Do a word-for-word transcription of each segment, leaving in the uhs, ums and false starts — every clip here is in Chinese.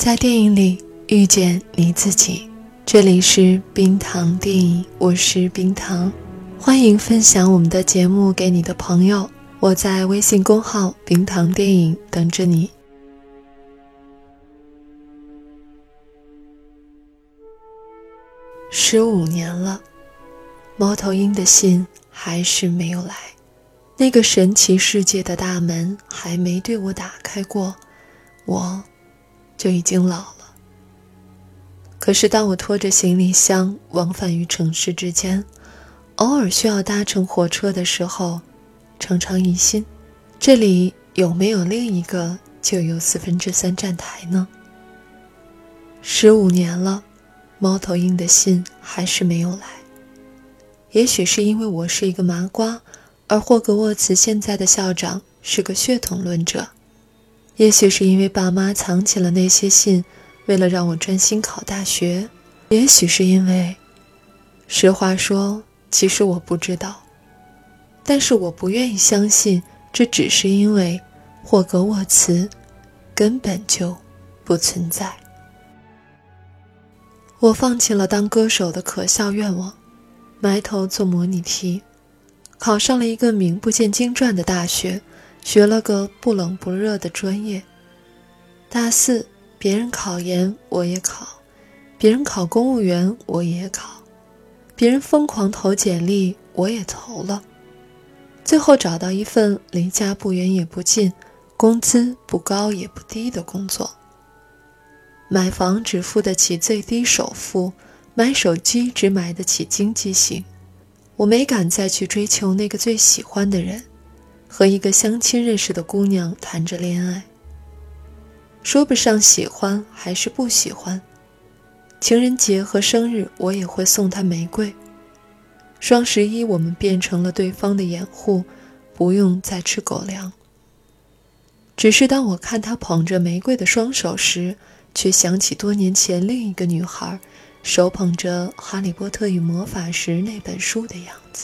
在电影里遇见你自己。这里是冰糖电影，我是冰糖，欢迎分享我们的节目给你的朋友。我在微信公号冰糖电影等着你。十五年了，猫头鹰的信还是没有来，那个神奇世界的大门还没对我打开过，我就已经老了。可是当我拖着行李箱往返于城市之间，偶尔需要搭乘火车的时候，常常疑心，这里有没有另一个就有四分之三站台呢？十五年了，猫头鹰的信还是没有来。也许是因为我是一个麻瓜，而霍格沃茨现在的校长是个血统论者。也许是因为爸妈藏起了那些信，为了让我专心考大学。也许是因为，实话说，其实我不知道。但是我不愿意相信，这只是因为霍格沃茨根本就不存在。我放弃了当歌手的可笑愿望，埋头做模拟题，考上了一个名不见经传的大学，学了个不冷不热的专业。大四，别人考研我也考，别人考公务员我也考，别人疯狂投简历我也投了，最后找到一份离家不远也不近，工资不高也不低的工作。买房只付得起最低首付，买手机只买得起经济型。我没敢再去追求那个最喜欢的人，和一个相亲认识的姑娘谈着恋爱。说不上喜欢还是不喜欢，情人节和生日我也会送她玫瑰，双十一我们变成了对方的掩护，不用再吃狗粮。只是当我看她捧着玫瑰的双手时，却想起多年前另一个女孩手捧着《哈利波特与魔法石》那本书的样子。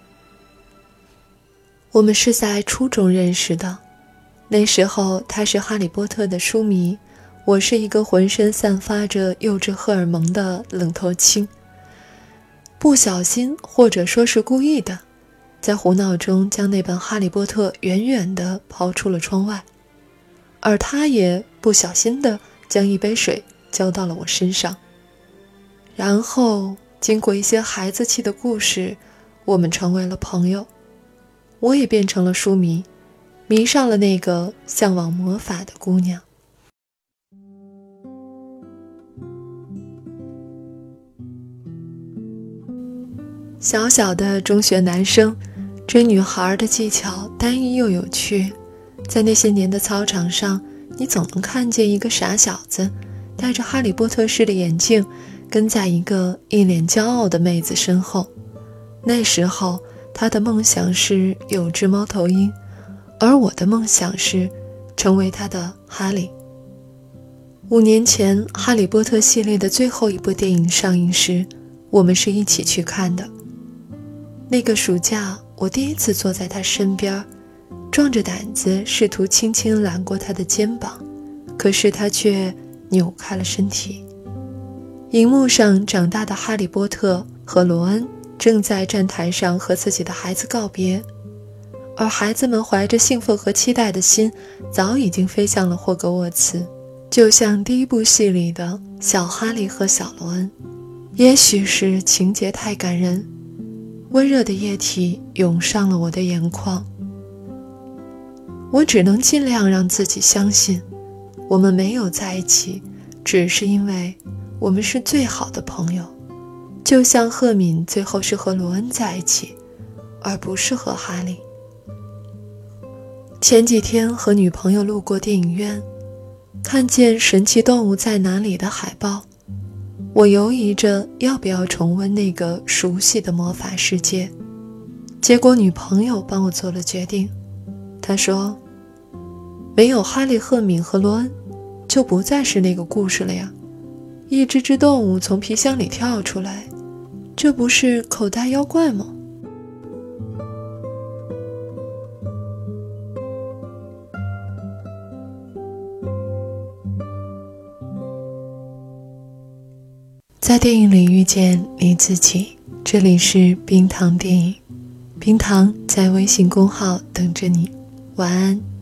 我们是在初中认识的，那时候她是哈利波特的书迷，我是一个浑身散发着幼稚荷尔蒙的愣头青。不小心或者说是故意的，在胡闹中将那本哈利波特远远地抛出了窗外，而她也不小心地将一杯水浇到了我身上。然后经过一些孩子气的故事，我们成为了朋友，我也变成了书迷，迷上了那个向往魔法的姑娘。小小的中学男生追女孩的技巧单一又有趣，在那些年的操场上，你总能看见一个傻小子戴着哈利波特式的眼镜，跟在一个一脸骄傲的妹子身后。那时候他的梦想是有只猫头鹰，而我的梦想是成为他的哈利。五年前哈利波特系列的最后一部电影上映时，我们是一起去看的。那个暑假，我第一次坐在他身边，壮着胆子试图轻轻揽过他的肩膀，可是他却扭开了身体。荧幕上长大的哈利波特和罗恩正在站台上和自己的孩子告别，而孩子们怀着兴奋和期待的心，早已经飞向了霍格沃茨，就像第一部戏里的小哈利和小罗恩。也许是情节太感人，温热的液体涌上了我的眼眶。我只能尽量让自己相信，我们没有在一起，只是因为我们是最好的朋友，就像赫敏最后是和罗恩在一起，而不是和哈利。前几天和女朋友路过电影院，看见神奇动物在哪里的海报，我犹疑着要不要重温那个熟悉的魔法世界。结果女朋友帮我做了决定，她说，没有哈利、赫敏和罗恩，就不再是那个故事了呀。一只只动物从皮箱里跳出来，这不是口袋妖怪吗？ 在电影里遇见你自己。这里是冰糖电影，冰糖在微信公号等着你，晚安。